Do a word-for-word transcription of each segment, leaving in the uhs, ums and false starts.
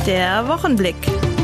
Der Wochenblick.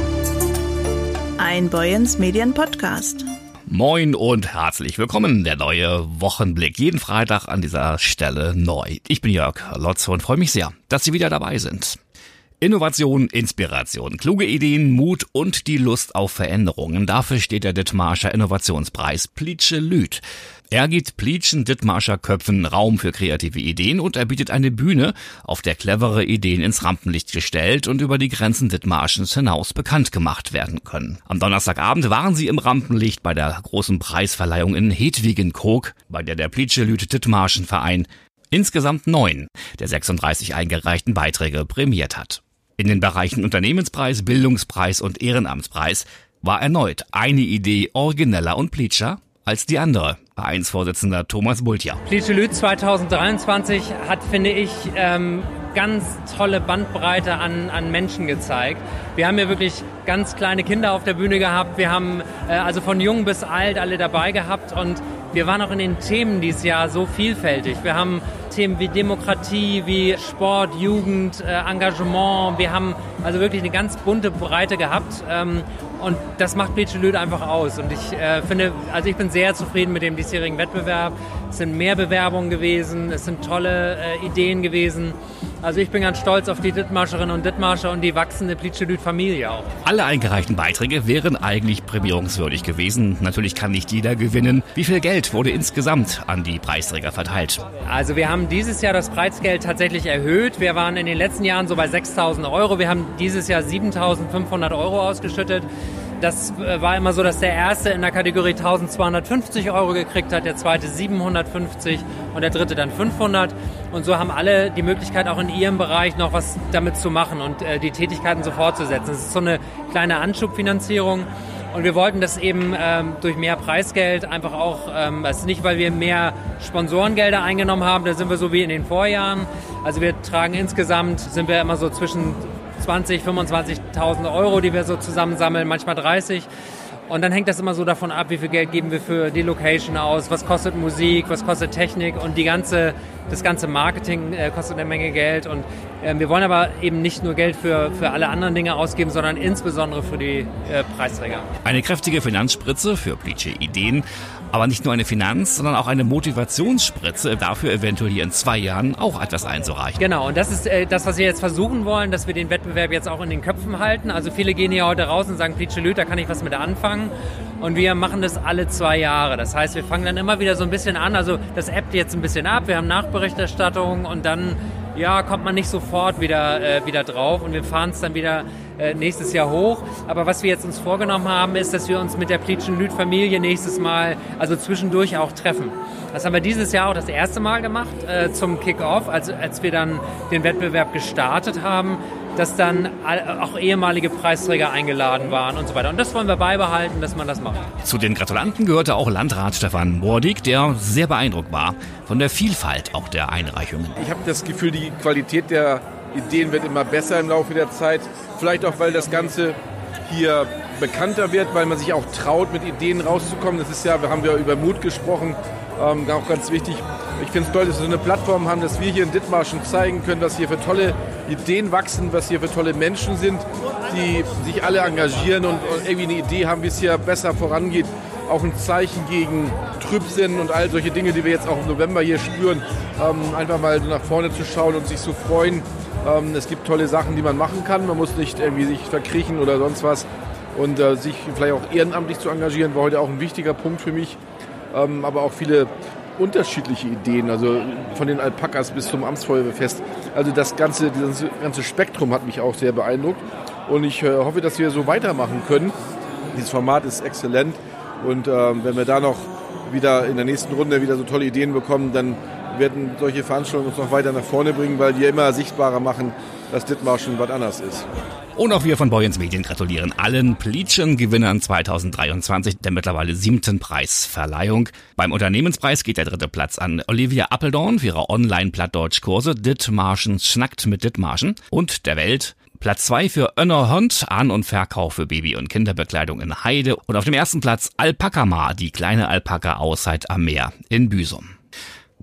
Ein Boyens Medien Podcast. Moin und herzlich willkommen, der neue Wochenblick. Jeden Freitag an dieser Stelle neu. Ich bin Jörg Lotz und freue mich sehr, dass Sie wieder dabei sind. Innovation, Inspiration, kluge Ideen, Mut und die Lust auf Veränderungen. Dafür steht der Dithmarscher Innovationspreis Plitsche Lüth. Er gibt Plitschen Dithmarscher Köpfen Raum für kreative Ideen und er bietet eine Bühne, auf der clevere Ideen ins Rampenlicht gestellt und über die Grenzen Dithmarschens hinaus bekannt gemacht werden können. Am Donnerstagabend waren sie im Rampenlicht bei der großen Preisverleihung in Hedwigenkoog, bei der der Plitsche Lüth Dithmarschen Verein insgesamt neun der sechsunddreißig eingereichten Beiträge prämiert hat. In den Bereichen Unternehmenspreis, Bildungspreis und Ehrenamtspreis war erneut eine Idee origineller und plitscher als die andere. Vereinsvorsitzender Thomas Bultja. Plitsche Lüth zwanzig dreiundzwanzig hat, finde ich, ähm, ganz tolle Bandbreite an, an Menschen gezeigt. Wir haben hier wirklich ganz kleine Kinder auf der Bühne gehabt. Wir haben äh, also von jung bis alt alle dabei gehabt und wir waren auch in den Themen dieses Jahr so vielfältig. Wir haben Themen wie Demokratie, wie Sport, Jugend, äh, Engagement. Wir haben also wirklich eine ganz bunte Breite gehabt. Ähm, und das macht Plitsche Lüth einfach aus. Und ich äh, finde, also ich bin sehr zufrieden mit dem diesjährigen Wettbewerb. Es sind mehr Bewerbungen gewesen, es sind tolle äh, Ideen gewesen. Also ich bin ganz stolz auf die Dithmarscherinnen und Dithmarscher und die wachsende Plitsche Lüth-Familie auch. Alle eingereichten Beiträge wären eigentlich prämierungswürdig gewesen. Natürlich kann nicht jeder gewinnen. Wie viel Geld wurde insgesamt an die Preisträger verteilt? Also wir haben dieses Jahr das Preisgeld tatsächlich erhöht. Wir waren in den letzten Jahren so bei sechstausend Euro. Wir haben dieses Jahr siebentausendfünfhundert Euro ausgeschüttet. Das war immer so, dass der Erste in der Kategorie eintausendzweihundertfünfzig Euro gekriegt hat, der Zweite siebenhundertfünfzig und der Dritte dann fünfhundert. Und so haben alle die Möglichkeit, auch in ihrem Bereich noch was damit zu machen und äh, die Tätigkeiten so fortzusetzen. Es ist so eine kleine Anschubfinanzierung. Und wir wollten das eben ähm, durch mehr Preisgeld einfach auch, ähm, das ist nicht, weil wir mehr Sponsorengelder eingenommen haben, da sind wir so wie in den Vorjahren. Also wir tragen insgesamt, sind wir immer so zwischen zwanzig, fünfundzwanzigtausend Euro, die wir so zusammensammeln, manchmal dreißig. Und dann hängt das immer so davon ab, wie viel Geld geben wir für die Location aus, was kostet Musik, was kostet Technik und die ganze, das ganze Marketing äh, kostet eine Menge Geld. Und äh, wir wollen aber eben nicht nur Geld für, für alle anderen Dinge ausgeben, sondern insbesondere für die äh, Preisträger. Eine kräftige Finanzspritze für Plitsche Ideen, aber nicht nur eine Finanz, sondern auch eine Motivationsspritze, dafür eventuell hier in zwei Jahren auch etwas einzureichen. Genau, und das ist äh, das, was wir jetzt versuchen wollen, dass wir den Wettbewerb jetzt auch in den Köpfen halten. Also viele gehen hier heute raus und sagen, Plitsche Lüth, da kann ich was mit anfangen. Und wir machen das alle zwei Jahre. Das heißt, wir fangen dann immer wieder so ein bisschen an. Also das ebbt jetzt ein bisschen ab. Wir haben Nachberichterstattung und dann ja, kommt man nicht sofort wieder, äh, wieder drauf. Und wir fahren es dann wieder äh, nächstes Jahr hoch. Aber was wir jetzt uns vorgenommen haben, ist, dass wir uns mit der Plitsche Lüth-Familie nächstes Mal, also zwischendurch auch treffen. Das haben wir dieses Jahr auch das erste Mal gemacht äh, zum Kick-Off, also als wir dann den Wettbewerb gestartet haben, dass dann auch ehemalige Preisträger eingeladen waren und so weiter. Und das wollen wir beibehalten, dass man das macht. Zu den Gratulanten gehörte auch Landrat Stefan Mordig, der sehr beeindruckt war von der Vielfalt auch der Einreichungen. Ich habe das Gefühl, die Qualität der Ideen wird immer besser im Laufe der Zeit. Vielleicht auch, weil das Ganze hier bekannter wird, weil man sich auch traut, mit Ideen rauszukommen. Das ist ja, wir haben ja über Mut gesprochen, ähm, auch ganz wichtig. Ich finde es toll, dass wir so eine Plattform haben, dass wir hier in Dithmarschen zeigen können, was hier für tolle Ideen wachsen, was hier für tolle Menschen sind, die sich alle engagieren und irgendwie eine Idee haben, wie es hier besser vorangeht. Auch ein Zeichen gegen Trübsinn und all solche Dinge, die wir jetzt auch im November hier spüren. Ähm, einfach mal so nach vorne zu schauen und sich zu freuen. Ähm, es gibt tolle Sachen, die man machen kann. Man muss nicht irgendwie sich verkriechen oder sonst was. Und äh, sich vielleicht auch ehrenamtlich zu engagieren, war heute auch ein wichtiger Punkt für mich. Ähm, aber auch viele unterschiedliche Ideen, also von den Alpakas bis zum Amtsfeuerwehrfest. Also das ganze, dieses ganze Spektrum hat mich auch sehr beeindruckt und ich äh, hoffe, dass wir so weitermachen können. Dieses Format ist exzellent und äh, wenn wir da noch wieder in der nächsten Runde wieder so tolle Ideen bekommen, dann werden solche Veranstaltungen uns noch weiter nach vorne bringen, weil die immer sichtbarer machen, dass Dithmarschen was anderes ist. Und auch wir von Boyens Medien gratulieren allen Plitschen-Gewinnern zwanzig dreiundzwanzig der mittlerweile siebten Preisverleihung. Beim Unternehmenspreis geht der dritte Platz an Olivia Appeldorn für ihre Online-Plattdeutsch-Kurse Dithmarschen schnackt mit Dithmarschen und der Welt. Platz zwei für Önner Hond, An- und Verkauf für Baby- und Kinderbekleidung in Heide. Und auf dem ersten Platz Alpakama, die kleine Alpaka-Auszeit am Meer in Büsum.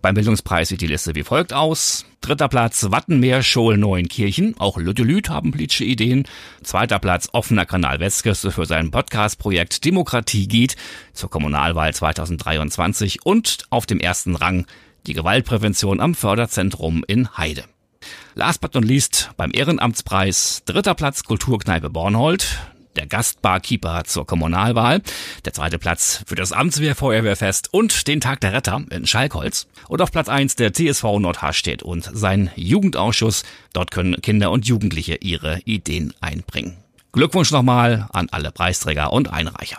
Beim Bildungspreis sieht die Liste wie folgt aus. Dritter Platz Wattenmeer, School, Neuenkirchen. Auch Lüttelüt haben politische Ideen. Zweiter Platz offener Kanal Westküste für sein Podcast-Projekt Demokratie geht zur Kommunalwahl zwanzig dreiundzwanzig. Und auf dem ersten Rang die Gewaltprävention am Förderzentrum in Heide. Last but not least beim Ehrenamtspreis dritter Platz Kulturkneipe Bornhold. Der Gastbarkeeper zur Kommunalwahl, der zweite Platz für das Amtswehr-Feuerwehrfest und den Tag der Retter in Schalkholz. Und auf Platz eins der T S V Nordharstedt und sein Jugendausschuss. Dort können Kinder und Jugendliche ihre Ideen einbringen. Glückwunsch nochmal an alle Preisträger und Einreicher.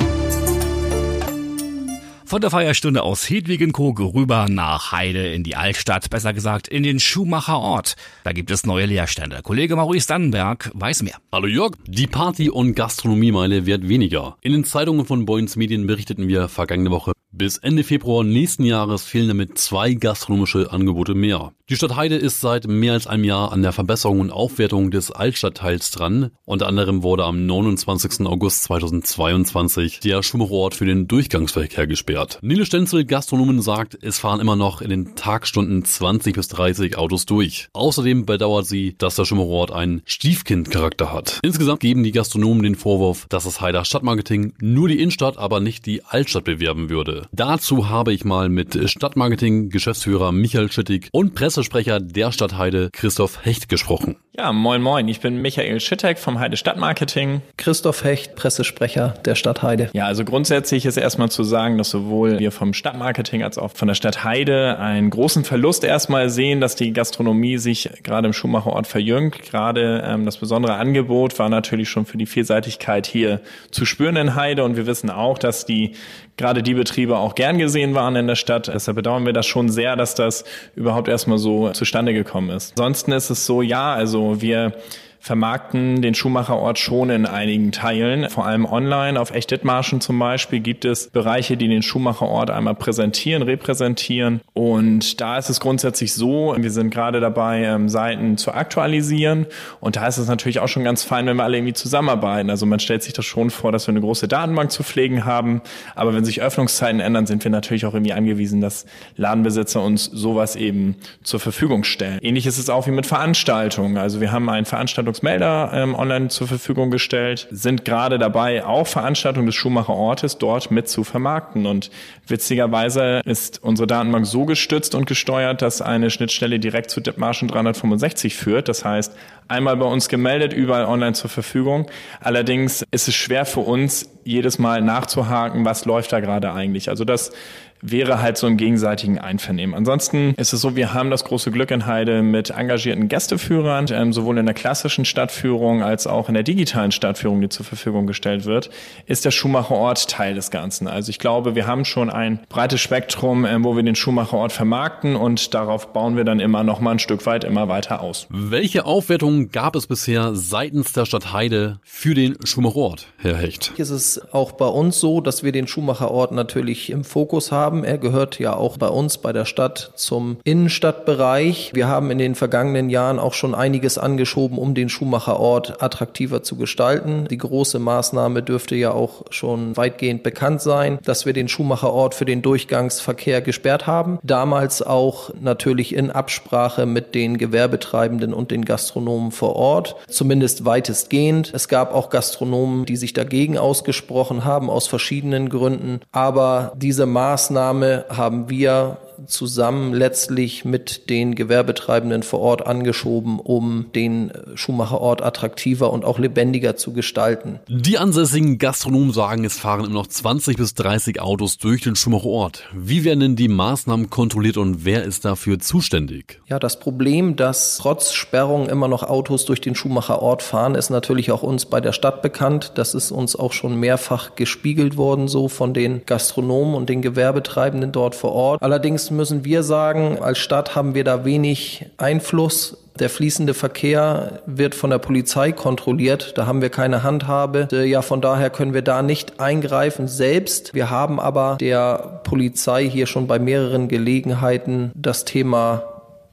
Von der Feierstunde aus Hedwigenkog rüber nach Heide in die Altstadt, besser gesagt in den Schuhmacherort. Da gibt es neue Leerstände. Kollege Maurice Dannenberg weiß mehr. Hallo Jörg, die Party- und Gastronomiemeile wird weniger. In den Zeitungen von Boyens Medien berichteten wir vergangene Woche, bis Ende Februar nächsten Jahres fehlen damit zwei gastronomische Angebote mehr. Die Stadt Heide ist seit mehr als einem Jahr an der Verbesserung und Aufwertung des Altstadtteils dran. Unter anderem wurde am neunundzwanzigsten August zweitausendzweiundzwanzig der Schuhmacherort für den Durchgangsverkehr gesperrt. Nele Stenzel, Gastronomin, sagt, es fahren immer noch in den Tagstunden zwanzig bis dreißig Autos durch. Außerdem bedauert sie, dass der Schuhmacherort einen Stiefkind-Charakter hat. Insgesamt geben die Gastronomen den Vorwurf, dass das Heider Stadtmarketing nur die Innenstadt, aber nicht die Altstadt bewerben würde. Dazu habe ich mal mit Stadtmarketing-Geschäftsführer Michael Schittig und Pressesprecher der Stadt Heide Christoph Hecht gesprochen. Ja, moin moin, ich bin Michael Schittig vom Heide Stadtmarketing. Christoph Hecht, Pressesprecher der Stadt Heide. Ja, also grundsätzlich ist erstmal zu sagen, dass sowohl wir vom Stadtmarketing als auch von der Stadt Heide einen großen Verlust erstmal sehen, dass die Gastronomie sich gerade im Schuhmacherort verjüngt. Gerade ähm, das besondere Angebot war natürlich schon für die Vielseitigkeit hier zu spüren in Heide und wir wissen auch, dass die gerade die Betriebe auch gern gesehen waren in der Stadt. Deshalb bedauern wir das schon sehr, dass das überhaupt erstmal so zustande gekommen ist. Ansonsten ist es so, ja, also wir vermarkten den Schuhmacherort schon in einigen Teilen, vor allem online. Auf Echt-Dithmarschen zum Beispiel gibt es Bereiche, die den Schuhmacherort einmal präsentieren, repräsentieren. Und da ist es grundsätzlich so, wir sind gerade dabei, Seiten zu aktualisieren. Und da ist es natürlich auch schon ganz fein, wenn wir alle irgendwie zusammenarbeiten. Also man stellt sich das schon vor, dass wir eine große Datenbank zu pflegen haben. Aber wenn sich Öffnungszeiten ändern, sind wir natürlich auch irgendwie angewiesen, dass Ladenbesitzer uns sowas eben zur Verfügung stellen. Ähnlich ist es auch wie mit Veranstaltungen. Also wir haben einen Veranstaltungsmelder ähm, online zur Verfügung gestellt, sind gerade dabei, auch Veranstaltungen des Schuhmacherortes dort mit zu vermarkten. Und witzigerweise ist unsere Datenbank so gestützt und gesteuert, dass eine Schnittstelle direkt zu Dithmarschen dreihundertfünfundsechzig führt. Das heißt, einmal bei uns gemeldet, überall online zur Verfügung. Allerdings ist es schwer für uns, jedes Mal nachzuhaken, was läuft da gerade eigentlich. Also das wäre halt so im gegenseitigen Einvernehmen. Ansonsten ist es so, wir haben das große Glück in Heide mit engagierten Gästeführern, ähm, sowohl in der klassischen Stadtführung als auch in der digitalen Stadtführung, die zur Verfügung gestellt wird, ist der Schuhmacherort Teil des Ganzen. Also ich glaube, wir haben schon ein breites Spektrum, ähm, wo wir den Schuhmacherort vermarkten und darauf bauen wir dann immer noch mal ein Stück weit immer weiter aus. Welche Aufwertungen gab es bisher seitens der Stadt Heide für den Schuhmacherort, Herr Hecht? Hier ist es auch bei uns so, dass wir den Schuhmacherort natürlich im Fokus haben. Er gehört ja auch bei uns, bei der Stadt, zum Innenstadtbereich. Wir haben in den vergangenen Jahren auch schon einiges angeschoben, um den Schuhmacherort attraktiver zu gestalten. Die große Maßnahme dürfte ja auch schon weitgehend bekannt sein, dass wir den Schuhmacherort für den Durchgangsverkehr gesperrt haben. Damals auch natürlich in Absprache mit den Gewerbetreibenden und den Gastronomen vor Ort, zumindest weitestgehend. Es gab auch Gastronomen, die sich dagegen ausgesprochen haben, aus verschiedenen Gründen. Aber diese Maßnahme haben wir zusammen letztlich mit den Gewerbetreibenden vor Ort angeschoben, um den Schuhmacherort attraktiver und auch lebendiger zu gestalten. Die ansässigen Gastronomen sagen, es fahren immer noch zwanzig bis dreißig Autos durch den Schuhmacherort. Wie werden denn die Maßnahmen kontrolliert und wer ist dafür zuständig? Ja, das Problem, dass trotz Sperrung immer noch Autos durch den Schuhmacherort fahren, ist natürlich auch uns bei der Stadt bekannt. Das ist uns auch schon mehrfach gespiegelt worden, so von den Gastronomen und den Gewerbetreibenden dort vor Ort. Allerdings müssen wir sagen, als Stadt haben wir da wenig Einfluss. Der fließende Verkehr wird von der Polizei kontrolliert. Da haben wir keine Handhabe. Ja, von daher können wir da nicht eingreifen selbst. Wir haben aber der Polizei hier schon bei mehreren Gelegenheiten das Thema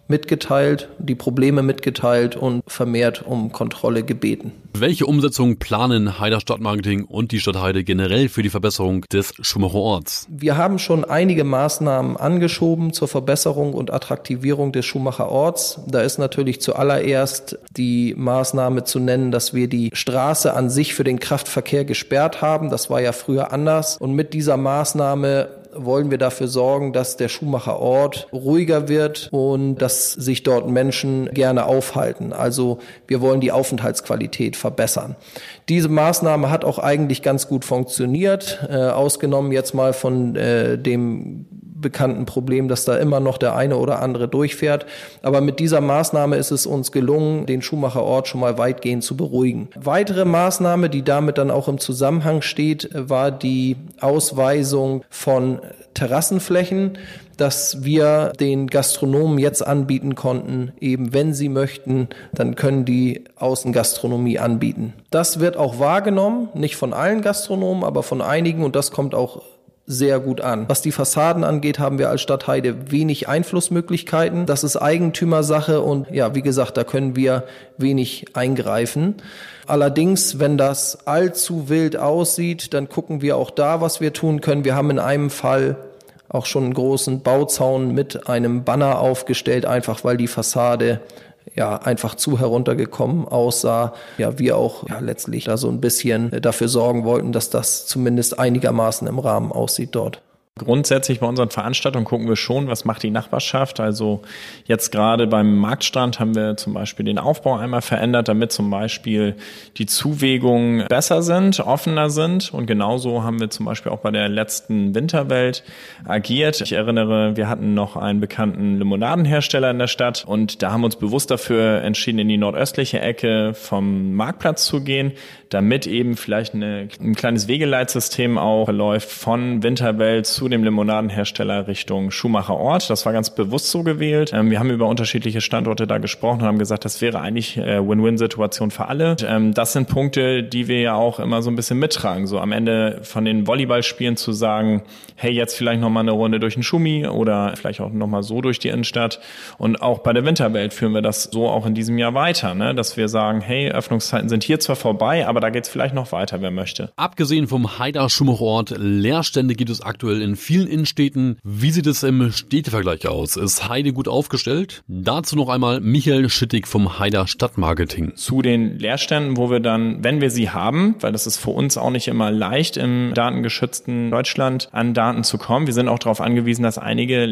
mitgeteilt, die Probleme mitgeteilt und vermehrt um Kontrolle gebeten. Welche Umsetzung planen Haider Stadtmarketing und die Stadt Heide generell für die Verbesserung des Schumacher Orts? Wir haben schon einige Maßnahmen angeschoben zur Verbesserung und Attraktivierung des Schumacher Orts. Da ist natürlich zuallererst die Maßnahme zu nennen, dass wir die Straße an sich für den Kraftverkehr gesperrt haben. Das war ja früher anders. Und mit dieser Maßnahme wollen wir dafür sorgen, dass der Schumacher Ort ruhiger wird und dass sich dort Menschen gerne aufhalten. Also wir wollen die Aufenthaltsqualität verbessern. Diese Maßnahme hat auch eigentlich ganz gut funktioniert, äh, ausgenommen jetzt mal von äh, dem bekannten Problem, dass da immer noch der eine oder andere durchfährt. Aber mit dieser Maßnahme ist es uns gelungen, den Schumacher Ort schon mal weitgehend zu beruhigen. Weitere Maßnahme, die damit dann auch im Zusammenhang steht, war die Ausweisung von Terrassenflächen, dass wir den Gastronomen jetzt anbieten konnten, eben wenn sie möchten, dann können die Außengastronomie anbieten. Das wird auch wahrgenommen, nicht von allen Gastronomen, aber von einigen, und das kommt auch sehr gut an. Was die Fassaden angeht, haben wir als Stadt Heide wenig Einflussmöglichkeiten. Das ist Eigentümersache und ja, wie gesagt, da können wir wenig eingreifen. Allerdings, wenn das allzu wild aussieht, dann gucken wir auch da, was wir tun können. Wir haben in einem Fall auch schon einen großen Bauzaun mit einem Banner aufgestellt, einfach weil die Fassade ja einfach zu heruntergekommen aussah. Ja, wir auch ja letztlich da so ein bisschen dafür sorgen wollten, dass das zumindest einigermaßen im Rahmen aussieht dort. Grundsätzlich bei unseren Veranstaltungen gucken wir schon, was macht die Nachbarschaft. Also jetzt gerade beim Marktstrand haben wir zum Beispiel den Aufbau einmal verändert, damit zum Beispiel die Zuwegungen besser sind, offener sind. Und genauso haben wir zum Beispiel auch bei der letzten Winterwelt agiert. Ich erinnere, wir hatten noch einen bekannten Limonadenhersteller in der Stadt und da haben wir uns bewusst dafür entschieden, in die nordöstliche Ecke vom Marktplatz zu gehen, damit eben vielleicht eine, ein kleines Wegeleitsystem auch verläuft von Winterwelt zu dem Limonadenhersteller Richtung Schumacher Ort. Das war ganz bewusst so gewählt. Wir haben über unterschiedliche Standorte da gesprochen und haben gesagt, das wäre eigentlich eine Win-Win-Situation für alle. Das sind Punkte, die wir ja auch immer so ein bisschen mittragen. So am Ende von den Volleyballspielen zu sagen, hey, jetzt vielleicht nochmal eine Runde durch den Schumi oder vielleicht auch nochmal so durch die Innenstadt. Und auch bei der Winterwelt führen wir das so auch in diesem Jahr weiter, ne? Dass wir sagen, hey, Öffnungszeiten sind hier zwar vorbei, aber da geht's vielleicht noch weiter, wer möchte. Abgesehen vom Haider Schumacher Ort, Leerstände gibt es aktuell in vielen Innenstädten. Wie sieht es im Städtevergleich aus? Ist Heide gut aufgestellt? Dazu noch einmal Michael Schittig vom Haider Stadtmarketing. Zu den Leerständen, wo wir dann, wenn wir sie haben, weil das ist für uns auch nicht immer leicht, im datengeschützten Deutschland an Daten zu kommen. Wir sind auch darauf angewiesen, dass einige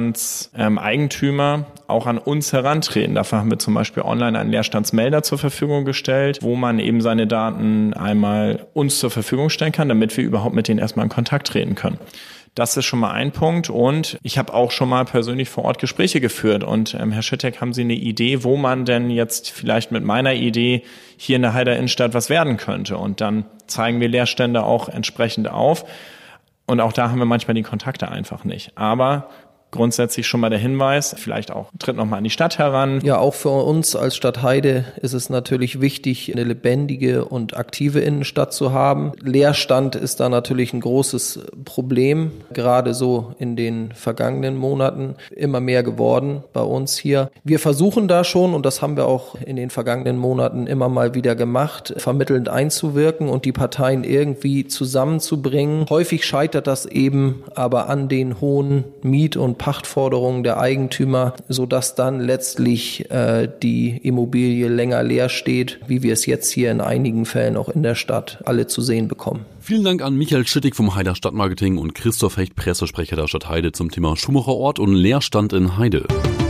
Leerstandseigentümer ähm, auch an uns herantreten. Dafür haben wir zum Beispiel online einen Leerstandsmelder zur Verfügung gestellt, wo man eben seine Daten einmal uns zur Verfügung stellen kann, damit wir überhaupt mit denen erstmal in Kontakt treten können. Das ist schon mal ein Punkt und ich habe auch schon mal persönlich vor Ort Gespräche geführt und ähm, Herr Schittek, haben Sie eine Idee, wo man denn jetzt vielleicht mit meiner Idee hier in der Haider Innenstadt was werden könnte? Und dann zeigen wir Leerstände auch entsprechend auf und auch da haben wir manchmal die Kontakte einfach nicht. Aber grundsätzlich schon mal der Hinweis, vielleicht auch tritt noch mal an die Stadt heran. Ja, auch für uns als Stadt Heide ist es natürlich wichtig, eine lebendige und aktive Innenstadt zu haben. Leerstand ist da natürlich ein großes Problem, gerade so in den vergangenen Monaten immer mehr geworden bei uns hier. Wir versuchen da schon, und das haben wir auch in den vergangenen Monaten immer mal wieder gemacht, vermittelnd einzuwirken und die Parteien irgendwie zusammenzubringen. Häufig scheitert das eben aber an den hohen Miet- und Pachtforderungen der Eigentümer, sodass dann letztlich äh, die Immobilie länger leer steht, wie wir es jetzt hier in einigen Fällen auch in der Stadt alle zu sehen bekommen. Vielen Dank an Michael Schittig vom Haider Stadtmarketing und Christoph Hecht, Pressesprecher der Stadt Heide zum Thema Schumacher Ort und Leerstand in Heide.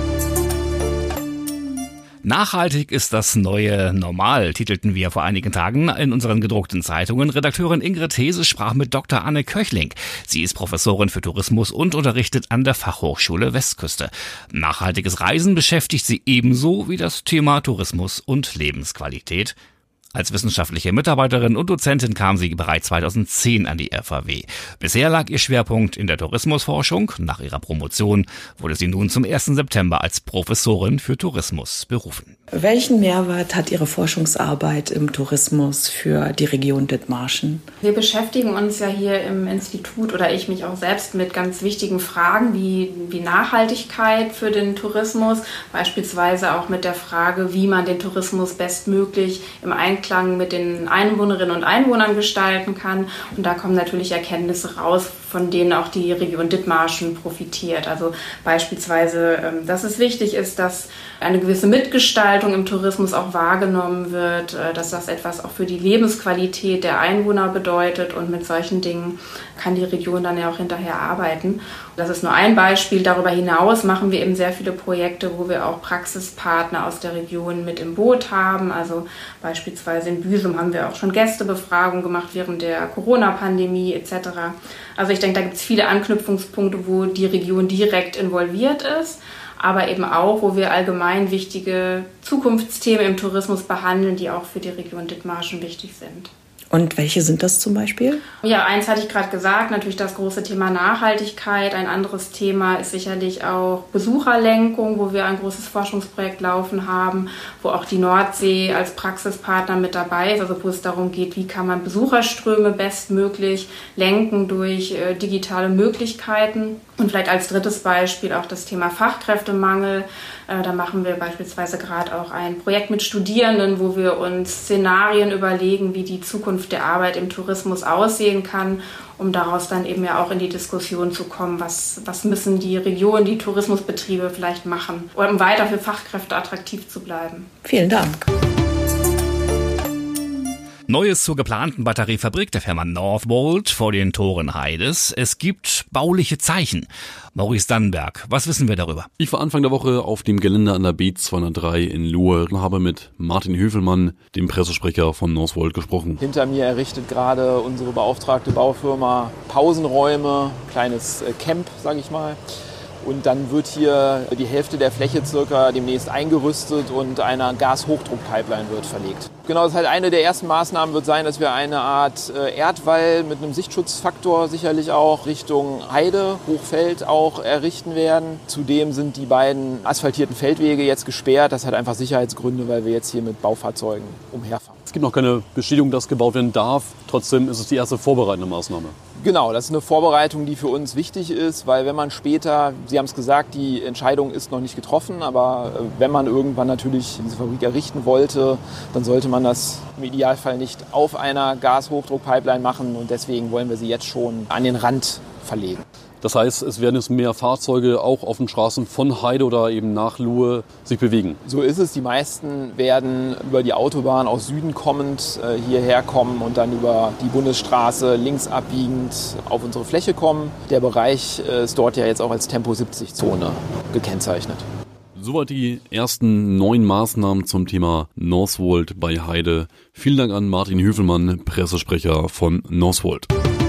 Nachhaltig ist das neue Normal, titelten wir vor einigen Tagen in unseren gedruckten Zeitungen. Redakteurin Ingrid Hese sprach mit Doktor Anne Köchling. Sie ist Professorin für Tourismus und unterrichtet an der Fachhochschule Westküste. Nachhaltiges Reisen beschäftigt sie ebenso wie das Thema Tourismus und Lebensqualität. Als wissenschaftliche Mitarbeiterin und Dozentin kam sie bereits zweitausendzehn an die F A W. Bisher lag ihr Schwerpunkt in der Tourismusforschung. Nach ihrer Promotion wurde sie nun zum ersten September als Professorin für Tourismus berufen. Welchen Mehrwert hat Ihre Forschungsarbeit im Tourismus für die Region Dithmarschen? Wir beschäftigen uns ja hier im Institut oder ich mich auch selbst mit ganz wichtigen Fragen wie, wie Nachhaltigkeit für den Tourismus, beispielsweise auch mit der Frage, wie man den Tourismus bestmöglich im Einklang mit den Einwohnerinnen und Einwohnern gestalten kann. Und da kommen natürlich Erkenntnisse raus, von denen auch die Region Dithmarschen profitiert. Also beispielsweise, dass es wichtig ist, dass eine gewisse Mitgestaltung im Tourismus auch wahrgenommen wird, dass das etwas auch für die Lebensqualität der Einwohner bedeutet, und mit solchen Dingen kann die Region dann ja auch hinterher arbeiten. Das ist nur ein Beispiel. Darüber hinaus machen wir eben sehr viele Projekte, wo wir auch Praxispartner aus der Region mit im Boot haben. Also beispielsweise in Büsum haben wir auch schon Gästebefragungen gemacht während der Corona-Pandemie et cetera. Also ich denke, da gibt es viele Anknüpfungspunkte, wo die Region direkt involviert ist, aber eben auch, wo wir allgemein wichtige Zukunftsthemen im Tourismus behandeln, die auch für die Region Dithmarschen wichtig sind. Und welche sind das zum Beispiel? Ja, eins hatte ich gerade gesagt, natürlich das große Thema Nachhaltigkeit. Ein anderes Thema ist sicherlich auch Besucherlenkung, wo wir ein großes Forschungsprojekt laufen haben, wo auch die Nordsee als Praxispartner mit dabei ist, also wo es darum geht, wie kann man Besucherströme bestmöglich lenken durch äh, digitale Möglichkeiten. Und vielleicht als drittes Beispiel auch das Thema Fachkräftemangel. Äh, da machen wir beispielsweise gerade auch ein Projekt mit Studierenden, wo wir uns Szenarien überlegen, wie die Zukunft der Arbeit im Tourismus aussehen kann, um daraus dann eben ja auch in die Diskussion zu kommen, was, was müssen die Regionen, die Tourismusbetriebe vielleicht machen, um weiter für Fachkräfte attraktiv zu bleiben. Vielen Dank. Neues zur geplanten Batteriefabrik der Firma Northvolt vor den Toren Heides. Es gibt bauliche Zeichen. Maurice Dannenberg, was wissen wir darüber? Ich war Anfang der Woche auf dem Gelände an der B zweihundertdrei in Luhe und habe mit Martin Höfelmann, dem Pressesprecher von Northvolt, gesprochen. Hinter mir errichtet gerade unsere beauftragte Baufirma Pausenräume, kleines Camp, sage ich mal. Und dann wird hier die Hälfte der Fläche circa demnächst eingerüstet und eine Gashochdruckpipeline wird verlegt. Genau, das ist halt eine der ersten Maßnahmen wird sein, dass wir eine Art Erdwall mit einem Sichtschutzfaktor sicherlich auch Richtung Heide, Hochfeld auch errichten werden. Zudem sind die beiden asphaltierten Feldwege jetzt gesperrt. Das hat einfach Sicherheitsgründe, weil wir jetzt hier mit Baufahrzeugen umherfahren. Es gibt noch keine Bestätigung, dass gebaut werden darf. Trotzdem ist es die erste vorbereitende Maßnahme. Genau, das ist eine Vorbereitung, die für uns wichtig ist, weil wenn man später, Sie haben es gesagt, die Entscheidung ist noch nicht getroffen, aber wenn man irgendwann natürlich diese Fabrik errichten wollte, dann sollte man das im Idealfall nicht auf einer Gashochdruckpipeline machen, und deswegen wollen wir sie jetzt schon an den Rand verlegen. Das heißt, es werden jetzt mehr Fahrzeuge auch auf den Straßen von Heide oder eben nach Luhe sich bewegen. So ist es. Die meisten werden über die Autobahn aus Süden kommend äh, hierher kommen und dann über die Bundesstraße links abbiegend auf unsere Fläche kommen. Der Bereich äh, ist dort ja jetzt auch als Tempo siebzig Zone gekennzeichnet. Soweit die ersten neun Maßnahmen zum Thema Northvolt bei Heide. Vielen Dank an Martin Höfelmann, Pressesprecher von Northvolt.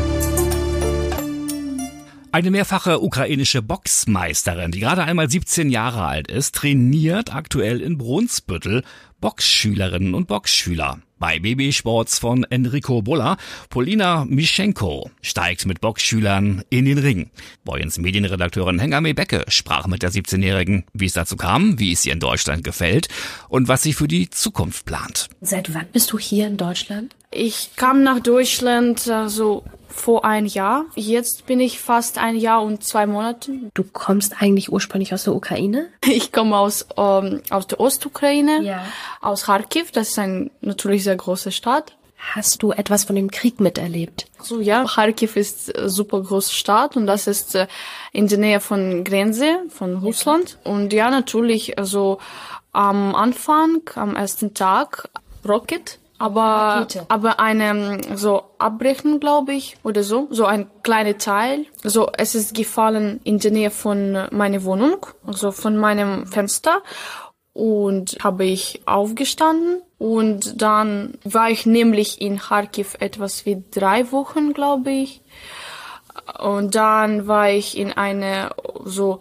Eine mehrfache ukrainische Boxmeisterin, die gerade einmal siebzehn Jahre alt ist, trainiert aktuell in Brunsbüttel Boxschülerinnen und Boxschüler. Bei B B Sports von Enrico Bulla, Polina Mischenko steigt mit Boxschülern in den Ring. Boyens Medienredakteurin Hengame Becke sprach mit der siebzehnjährigen, wie es dazu kam, wie es ihr in Deutschland gefällt und was sie für die Zukunft plant. Seit wann bist du hier in Deutschland? Ich kam nach Deutschland so also vor ein Jahr. Jetzt bin ich fast ein Jahr und zwei Monate. Du kommst eigentlich ursprünglich aus der Ukraine? Ich komme aus ähm, aus der Ostukraine, ja. Aus Kharkiv. Das ist eine natürlich sehr große Stadt. Hast du etwas von dem Krieg miterlebt? So ja, Kharkiv ist eine super große Stadt und das ist äh, in der Nähe von Grenze von Russland. Ja. Und ja, natürlich, also am Anfang, am ersten Tag, Rocket. Aber, Rakete. aber eine, so abbrechen, glaube ich, oder so, so ein kleiner Teil. So, es ist gefallen in der Nähe von meiner Wohnung, also von meinem Fenster. Und habe ich aufgestanden. Und dann war ich nämlich in Kharkiv etwas wie drei Wochen, glaube ich. Und dann war ich in eine, so,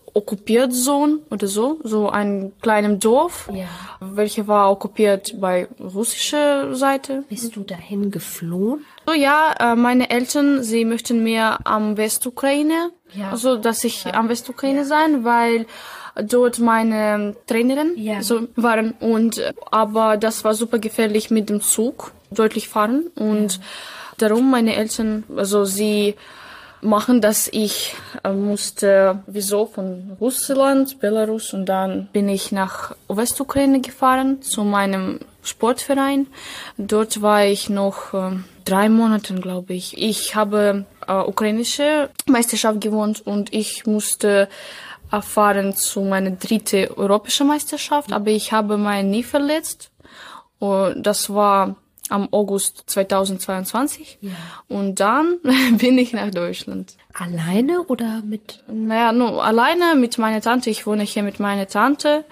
okkupiert Zone oder so, so ein kleines Dorf, Ja. welche war okkupiert bei russischer Seite. Bist du dahin geflohen? So ja, äh, meine Eltern, sie möchten mehr am Westukraine, Ja. also dass ich am Westukraine sein, weil dort meine Trainerin Ja. so waren und äh, aber das war super gefährlich mit dem Zug deutlich fahren und darum meine Eltern, also sie machen, dass ich äh, musste wieso von Russland, Belarus und dann bin ich nach Westukraine gefahren zu meinem Sportverein. Dort war ich noch äh, drei Monate, glaube ich. Ich habe äh, ukrainische Meisterschaft gewonnen und ich musste äh, fahren zu meiner dritten europäischen Meisterschaft, aber ich habe mein Knie verletzt. Und das war am August zweitausendzweiundzwanzig. Ja. Und dann bin ich nach Deutschland. Alleine oder mit? Naja, nur alleine mit meiner Tante. Ich wohne hier mit meiner Tante.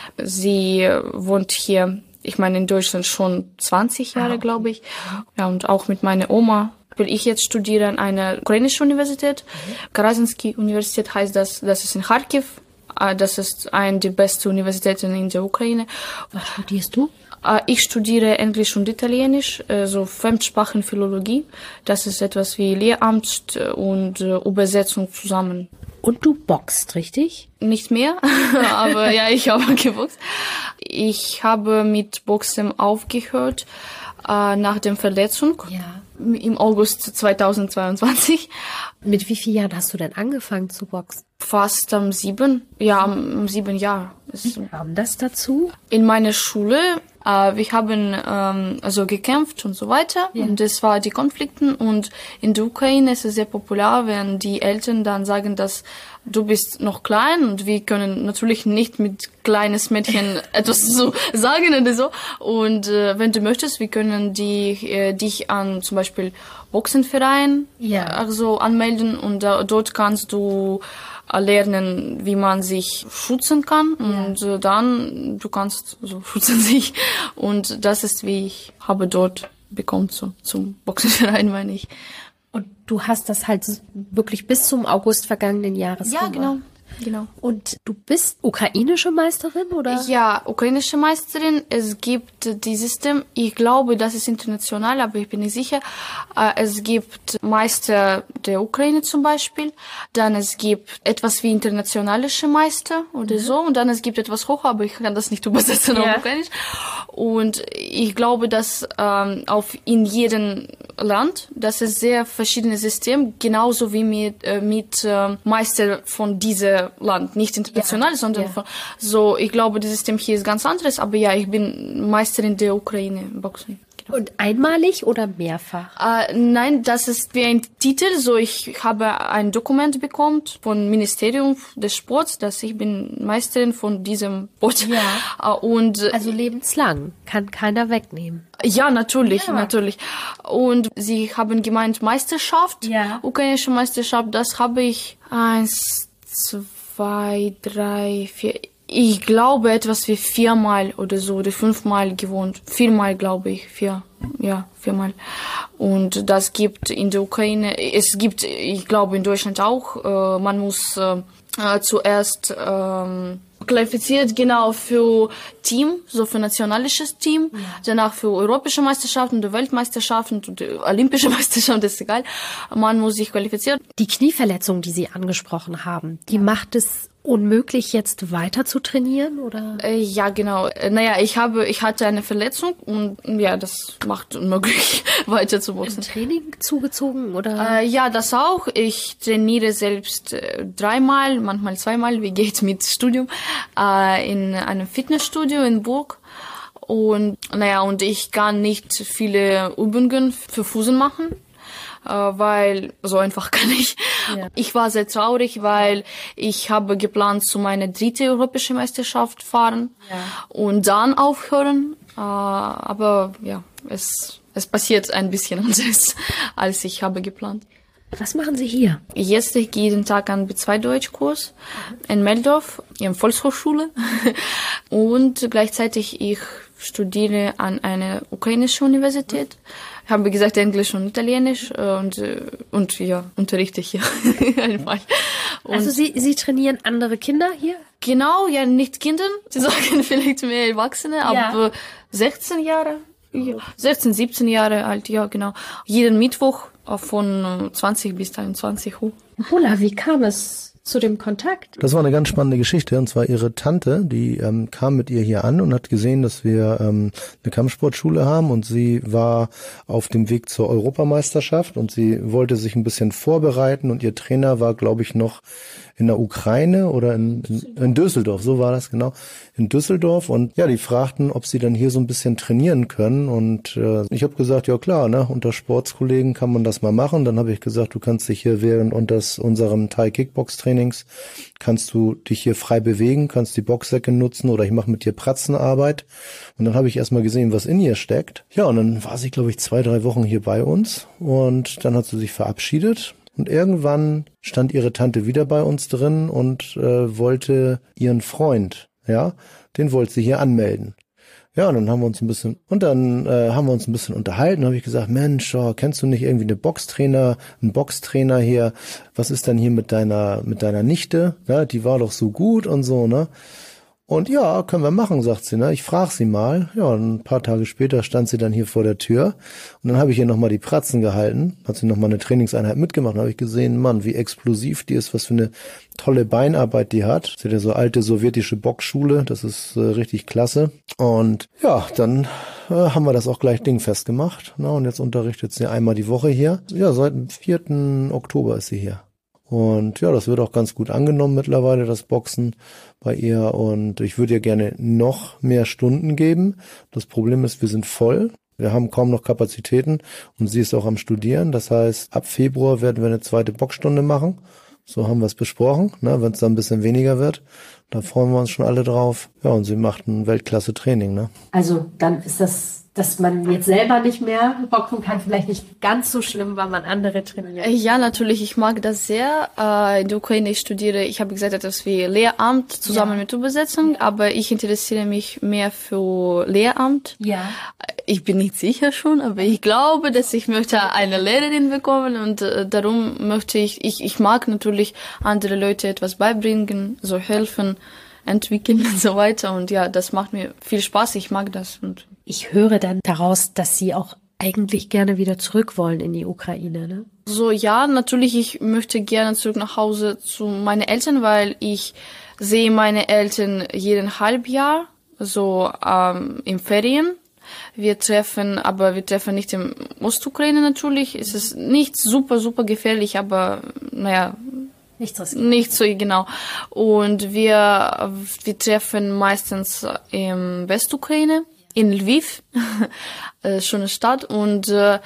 Sie wohnt hier, ich meine in Deutschland schon zwanzig Jahre, Ah, okay. glaube ich. Ja, und auch mit meiner Oma. Weil ich jetzt studiere an einer ukrainischen Universität. Karasensky-Universität heißt das. Das ist in Kharkiv. Äh, Das ist eine der besten Universitäten in der Ukraine. Was studierst du? Äh, Ich studiere Englisch und Italienisch, äh, so Fremdsprachenphilologie. Das ist etwas wie Lehramt und äh, Übersetzung zusammen. Und du boxt, richtig? Nicht mehr, aber ja, ich habe geboxt. Ich habe mit Boxen aufgehört äh, nach der Verletzung Ja. im August zweitausendzweiundzwanzig. Mit wie vielen Jahren hast du denn angefangen zu boxen? Fast am sieben, ja, am, am sieben Jahr. Es- Wie kam das dazu? In meiner Schule, äh, wir haben ähm, also gekämpft und so weiter. Ja. Und das war die Konflikten. Und in der Ukraine ist es sehr populär, wenn die Eltern dann sagen, dass du bist noch klein und wir können natürlich nicht mit kleines Mädchen etwas so sagen oder so. Und äh, wenn du möchtest, wir können die, äh, dich an zum Beispiel Boxenverein Ja. also anmelden und da, dort kannst du äh, lernen, wie man sich schützen kann und äh, dann du kannst so schützen sich und das ist wie ich habe dort bekommen so, zum Boxenverein, meine ich. Und du hast das halt wirklich bis zum August vergangenen Jahres Ja, gemacht. genau. Genau. Und du bist ukrainische Meisterin, oder? Ja, ukrainische Meisterin. Es gibt die System, ich glaube, das ist international, aber ich bin nicht sicher. Äh, Es gibt Meister der Ukraine zum Beispiel. Dann es gibt etwas wie internationalische Meister oder so. Und dann es gibt etwas hoch, aber ich kann das nicht übersetzen Ja. auf Ukrainisch. Und ich glaube, dass ähm, auf in jedem Land, das ist sehr verschiedene System, genauso wie mit, äh, mit äh, Meister von diesem Land, nicht international, Ja, sondern ja. von, so, ich glaube, das System hier ist ganz anderes, aber ja, ich bin Meisterin der Ukraine im Boxen. Und einmalig oder mehrfach? Äh, nein, das ist wie ein Titel, so ich habe ein Dokument bekommen vom Ministerium des Sports, dass ich bin Meisterin von diesem Sport. Ja. Äh, und äh, Also lebenslang. Kann keiner wegnehmen. ja, natürlich, Ja. natürlich. Und sie haben gemeint Meisterschaft, Ja. ukrainische Meisterschaft, das habe ich eins, zwei, drei, vier, ich glaube etwas wie viermal oder so oder fünfmal gewohnt. Viermal, glaube ich, vier, ja, viermal. Und das gibt in der Ukraine, es gibt, ich glaube in Deutschland auch, äh, man muss äh, äh, zuerst ähm, qualifiziert genau für Team, so für nationalisches Team, ja. Danach für europäische Meisterschaften, die Weltmeisterschaften, die olympische Meisterschaften, das ist egal. Man muss sich qualifizieren. Die Knieverletzung, die Sie angesprochen haben, die macht es unmöglich, jetzt weiter zu trainieren, oder? Äh, ja, genau. Äh, naja, ich habe, ich hatte eine Verletzung und ja, das macht unmöglich, weiter zu boxen. Im Training zugezogen, oder? Äh, ja, das auch. Ich trainiere selbst äh, dreimal, manchmal zweimal, wie geht mit Studium, äh, in einem Fitnessstudio in Burg. Und naja, und ich kann nicht viele Übungen für Fußen machen. Weil so einfach kann ich. Ja. Ich war sehr traurig, weil ich habe geplant, zu meiner dritten europäischen Meisterschaft fahren ja. und dann aufhören. Aber ja, es, es passiert ein bisschen anders, als ich habe geplant. Was machen Sie hier? Jetzt ich gehe jeden Tag an B zwei Deutschkurs in Meldorf, in Volkshochschule. Und gleichzeitig ich studiere an einer ukrainischen Universität. Ich habe, wie gesagt, Englisch und Italienisch und, und ja, unterrichte hier einfach. Und also Sie, Sie trainieren andere Kinder hier? Genau, ja, nicht Kinder, Sie sagen vielleicht mehr Erwachsene, ja. ab sechzehn Jahre, ja, sechzehn, siebzehn Jahre alt, ja, genau. Jeden Mittwoch von zwanzig bis einundzwanzig Uhr. Ulla, wie kam es zu dem Kontakt? Das war eine ganz spannende Geschichte, und zwar ihre Tante, die ähm, kam mit ihr hier an und hat gesehen, dass wir ähm, eine Kampfsportschule haben, und sie war auf dem Weg zur Europameisterschaft und sie wollte sich ein bisschen vorbereiten, und ihr Trainer war, glaube ich, noch in der Ukraine oder in, in, in Düsseldorf, so war das genau, in Düsseldorf, und ja, die fragten, ob sie dann hier so ein bisschen trainieren können, und äh, ich habe gesagt, ja klar, ne, unter Sportskollegen kann man das mal machen. Dann habe ich gesagt, du kannst dich hier während unter unserem Thai-Kickbox-Trainings, kannst du dich hier frei bewegen, kannst die Boxsäcke nutzen, oder ich mache mit dir Pratzenarbeit. Und dann habe ich erstmal gesehen, was in ihr steckt. Ja, und dann war sie, glaube ich, zwei, drei Wochen hier bei uns, und dann hat sie sich verabschiedet. Und irgendwann stand ihre Tante wieder bei uns drin und äh, wollte ihren Freund, ja, den wollte sie hier anmelden. Ja, und dann haben wir uns ein bisschen, und dann äh, haben wir uns ein bisschen unterhalten, habe ich gesagt, Mensch, oh, kennst du nicht irgendwie eine Boxtrainer, einen Boxtrainer hier? Was ist denn hier mit deiner, mit deiner Nichte? Ja, die war doch so gut und so, ne? Und ja, können wir machen, sagt sie, ne? Ich frage sie mal. Ja, und ein paar Tage später stand sie dann hier vor der Tür. Und dann habe ich ihr nochmal die Pratzen gehalten. Hat sie nochmal eine Trainingseinheit mitgemacht. Dann habe ich gesehen, Mann, wie explosiv die ist, was für eine tolle Beinarbeit die hat. Sie hat ja so alte sowjetische Boxschule. Das ist äh, richtig klasse. Und ja, dann äh, haben wir das auch gleich dingfest gemacht. Na, und jetzt unterrichtet sie einmal die Woche hier. Ja, seit dem vierten Oktober ist sie hier. Und ja, das wird auch ganz gut angenommen mittlerweile, das Boxen bei ihr. Und ich würde ihr gerne noch mehr Stunden geben. Das Problem ist, wir sind voll. Wir haben kaum noch Kapazitäten, und sie ist auch am Studieren. Das heißt, ab Februar werden wir eine zweite Boxstunde machen. So haben wir es besprochen, ne? Wenn es dann ein bisschen weniger wird, da freuen wir uns schon alle drauf. Ja, und sie macht ein Weltklasse-Training, ne? Also dann ist das, dass man jetzt selber nicht mehr boxen kann, vielleicht nicht ganz so schlimm, weil man andere trainiert. Ja, natürlich, ich mag das sehr. Äh, in der Ukraine, ich studiere, ich habe gesagt, etwas wie Lehramt zusammen ja. mit Übersetzung, aber ich interessiere mich mehr für Lehramt. Ja. Ich bin nicht sicher schon, aber ich glaube, dass ich möchte eine Lehrerin bekommen, und äh, darum möchte ich, ich, ich mag natürlich andere Leute etwas beibringen, so helfen, entwickeln und so weiter, und ja, das macht mir viel Spaß, ich mag das. Und ich höre dann daraus, dass Sie auch eigentlich gerne wieder zurück wollen in die Ukraine, ne? So, ja, natürlich, ich möchte gerne zurück nach Hause zu meinen Eltern, weil ich sehe meine Eltern jeden Halbjahr, so ähm, im Ferien. Wir treffen, aber wir treffen nicht im Ostukraine natürlich. Es ist nicht super, super gefährlich, aber naja, Nicht so, nicht so genau. Und wir, wir treffen meistens im Westukraine, in Lviv, schöne Stadt, und äh,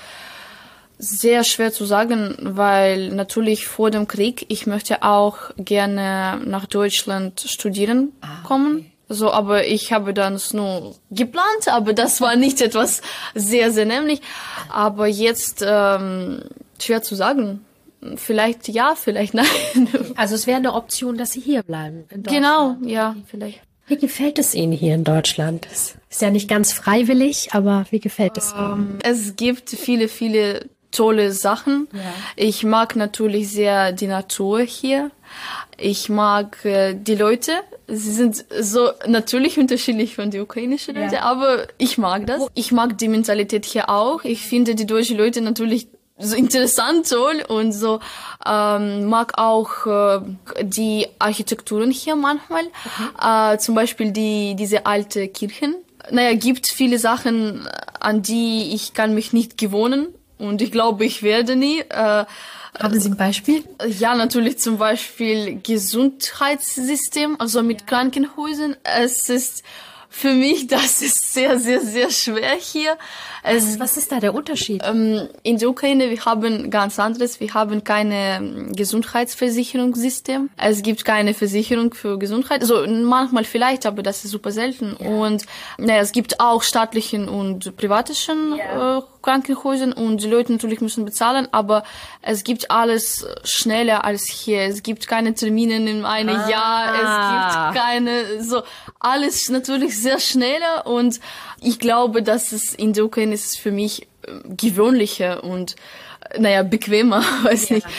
sehr schwer zu sagen, weil natürlich vor dem Krieg, ich möchte auch gerne nach Deutschland studieren kommen. Ah, okay. So, aber ich habe dann nur geplant, aber das war nicht etwas sehr, sehr nämlich. Aber jetzt ähm, schwer zu sagen. Vielleicht ja, vielleicht nein. Also es wäre eine Option, dass Sie hier bleiben. Genau, ja, vielleicht. Wie gefällt es Ihnen hier in Deutschland? Es ist ja nicht ganz freiwillig, aber wie gefällt es Ihnen? Es gibt viele, viele tolle Sachen. Ja. Ich mag natürlich sehr die Natur hier. Ich mag äh, die Leute. Sie sind so natürlich unterschiedlich von den ukrainischen Leuten, ja. aber ich mag das. Ich mag die Mentalität hier auch. Ich finde die deutschen Leute natürlich so interessant, toll, und so ähm, mag auch äh, die Architekturen hier manchmal. Okay. Äh, zum Beispiel die diese alte Kirchen. Naja, gibt viele Sachen, an die ich kann mich nicht gewöhnen, und ich glaube, ich werde nie. Äh, Haben Sie ein Beispiel? Ja, natürlich zum Beispiel Gesundheitssystem, also mit Krankenhäusern. Es ist für mich, das ist sehr, sehr, sehr schwer hier. Es, Was ist da der Unterschied? Ähm, in der Ukraine, wir haben ganz anderes. Wir haben keine Gesundheitsversicherungssystem. Es gibt keine Versicherung für Gesundheit. Also manchmal vielleicht, aber das ist super selten. Ja. Und naja, es gibt auch staatlichen und privatischen ja. äh, Krankenhäusern, und die Leute natürlich müssen bezahlen, aber es gibt alles schneller als hier. Es gibt keine Termine in einem ah. Jahr. Es gibt keine, so, alles natürlich sehr schneller, und ich glaube, dass es in der Ukraine ist für mich gewöhnlicher und, naja, bequemer, weiß ja. nicht.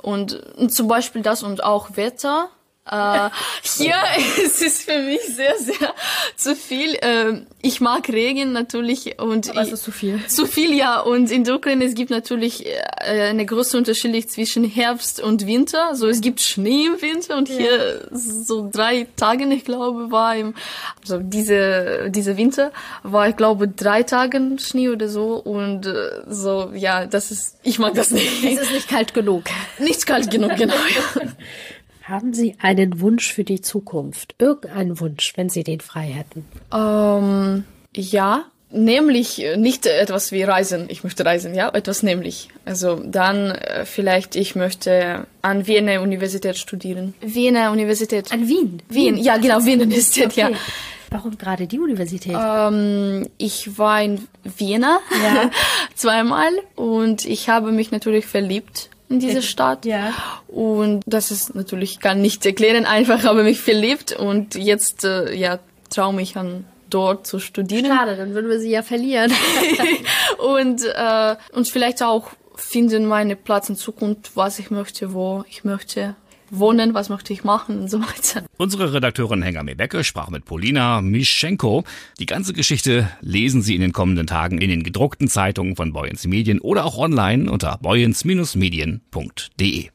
Und, und zum Beispiel das und auch Wetter. Äh, hier es ist für mich sehr, sehr zu viel. Äh, ich mag Regen natürlich und aber es ist zu viel. Zu viel, ja. Und in der Ukraine es gibt natürlich äh, eine große Unterschied zwischen Herbst und Winter. So es gibt Schnee im Winter und ja. hier so drei Tage, ich glaube, war im also diese diese Winter war ich glaube drei Tage Schnee oder so und äh, so ja, das ist ich mag das nicht. Es ist nicht kalt genug. Nicht kalt genug, genau. Haben Sie einen Wunsch für die Zukunft? Irgendeinen Wunsch, wenn Sie den frei hätten? Ähm, ja, nämlich nicht etwas wie Reisen. Ich möchte reisen, ja, etwas nämlich. Also dann äh, vielleicht, ich möchte an Wiener Universität studieren. Wiener Universität. An Wien? Wien, Wien. Ja, genau, Wiener Universität, okay. Ja. Warum gerade die Universität? Ähm, ich war in Vienna ja. zweimal und ich habe mich natürlich verliebt in diese Stadt. Ja. Und das ist natürlich, kann nicht erklären, einfach habe mich verliebt und jetzt äh, ja traue mich an dort zu studieren. Schade, dann würden wir sie ja verlieren. und äh, und vielleicht auch finden meinen Platz in Zukunft, was ich möchte, wo ich möchte wohnen, was möchte ich machen und so weiter. Unsere Redakteurin Hengame Becke sprach mit Polina Mischenko. Die ganze Geschichte lesen Sie in den kommenden Tagen in den gedruckten Zeitungen von Boyens Medien oder auch online unter boyens Medien punkt de.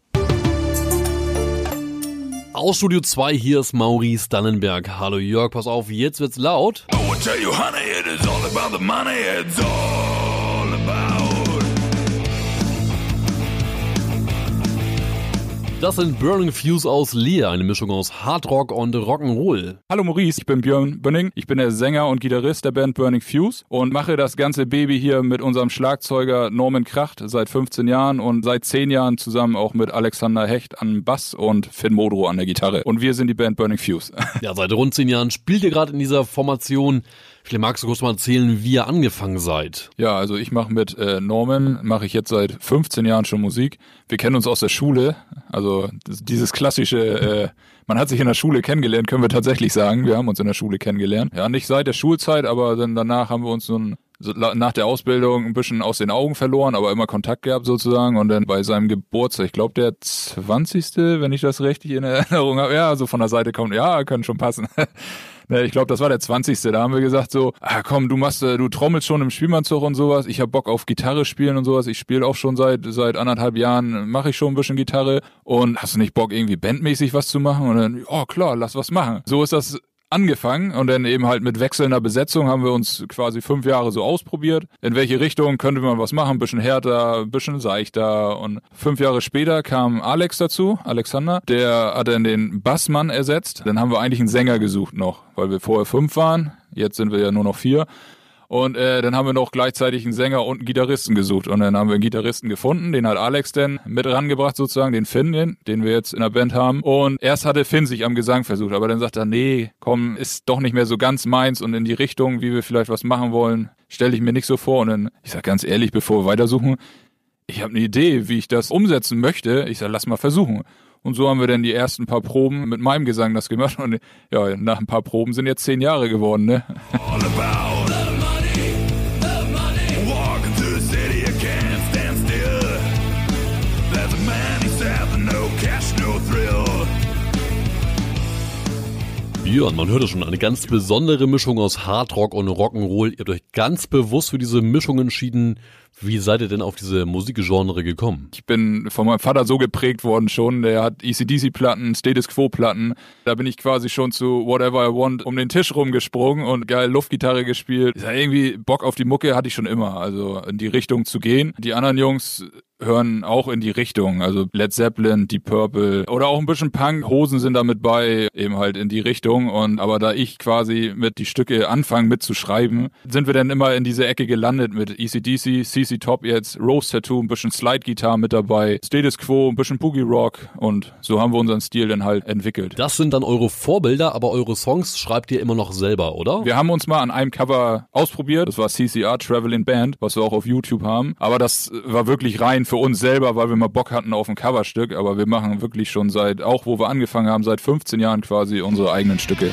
Aus Studio zwei, hier ist Maurice Dannenberg. Hallo Jörg, pass auf, jetzt wird's laut. Oh, I tell you, honey, it is all about the money, it's all about. Das sind Burning Fuse aus Leer, eine Mischung aus Hardrock und Rock'n'Roll. Hallo Maurice, ich bin Björn Bönning. Ich bin der Sänger und Gitarrist der Band Burning Fuse und mache das ganze Baby hier mit unserem Schlagzeuger Norman Kracht seit fünfzehn Jahren und seit zehn Jahren zusammen auch mit Alexander Hecht an Bass und Finn Modrow an der Gitarre. Und wir sind die Band Burning Fuse. Ja, seit rund zehn Jahren spielt ihr gerade in dieser Formation. Vielleicht magst du kurz mal erzählen, wie ihr angefangen seid. Ja, also ich mache mit äh, Norman, mache ich jetzt seit fünfzehn Jahren schon Musik. Wir kennen uns aus der Schule, also das, dieses klassische, äh, man hat sich in der Schule kennengelernt, können wir tatsächlich sagen. Wir haben uns in der Schule kennengelernt. Ja, nicht seit der Schulzeit, aber dann danach haben wir uns so ein, so nach der Ausbildung ein bisschen aus den Augen verloren, aber immer Kontakt gehabt sozusagen. Und dann bei seinem Geburtstag, ich glaube der zwanzigste, wenn ich das richtig in Erinnerung habe, ja, so von der Seite kommt, ja, können schon passen. Ich glaube, das war der zwanzigste Da haben wir gesagt so, ah komm, du machst, du trommelst schon im Spielmannszug und sowas. Ich hab Bock auf Gitarre spielen und sowas. Ich spiele auch schon seit seit anderthalb Jahren, mache ich schon ein bisschen Gitarre. Und hast du nicht Bock, irgendwie bandmäßig was zu machen? Und dann, oh klar, lass was machen. So ist das angefangen und dann eben halt mit wechselnder Besetzung haben wir uns quasi fünf Jahre so ausprobiert. In welche Richtung könnte man was machen? Ein bisschen härter, ein bisschen seichter. Und fünf Jahre später kam Alex dazu, Alexander. Der hat dann den Bassmann ersetzt. Dann haben wir eigentlich einen Sänger gesucht noch, weil wir vorher fünf waren. Jetzt sind wir ja nur noch vier. Und äh, dann haben wir noch gleichzeitig einen Sänger und einen Gitarristen gesucht. Und dann haben wir einen Gitarristen gefunden, den hat Alex dann mit rangebracht sozusagen, den Finn, den, den wir jetzt in der Band haben. Und erst hatte Finn sich am Gesang versucht, aber dann sagt er, nee, komm, ist doch nicht mehr so ganz meins und in die Richtung, wie wir vielleicht was machen wollen, stelle ich mir nicht so vor. Und dann, ich sag ganz ehrlich, bevor wir weitersuchen, ich habe eine Idee, wie ich das umsetzen möchte. Ich sag, lass mal versuchen. Und so haben wir dann die ersten paar Proben mit meinem Gesang das gemacht. Und ja, nach ein paar Proben sind jetzt zehn Jahre geworden, ne? All about Björn, man hört es schon, eine ganz besondere Mischung aus Hardrock und Rock'n'Roll. Ihr habt euch ganz bewusst für diese Mischung entschieden. Wie seid ihr denn auf diese Musikgenre gekommen? Ich bin von meinem Vater so geprägt worden schon. Der hat A C D C-Platten, Status Quo-Platten. Da bin ich quasi schon zu Whatever I Want um den Tisch rumgesprungen und geil Luftgitarre gespielt. Ja, irgendwie Bock auf die Mucke hatte ich schon immer, also in die Richtung zu gehen. Die anderen Jungs hören auch in die Richtung, also Led Zeppelin, Deep Purple oder auch ein bisschen Punk. Hosen sind da mit bei, eben halt in die Richtung. Und aber da ich quasi mit die Stücke anfange mitzuschreiben, sind wir dann immer in diese Ecke gelandet mit A C D C, C C Top jetzt, Rose Tattoo, ein bisschen Slide-Gitarre mit dabei, Status Quo, ein bisschen Boogie Rock und so haben wir unseren Stil dann halt entwickelt. Das sind dann eure Vorbilder, aber eure Songs schreibt ihr immer noch selber, oder? Wir haben uns mal an einem Cover ausprobiert, das war C C R, Traveling Band, was wir auch auf YouTube haben, aber das war wirklich rein für uns selber, weil wir mal Bock hatten auf ein Coverstück, aber wir machen wirklich schon seit, auch wo wir angefangen haben, seit fünfzehn Jahren quasi unsere eigenen Stücke.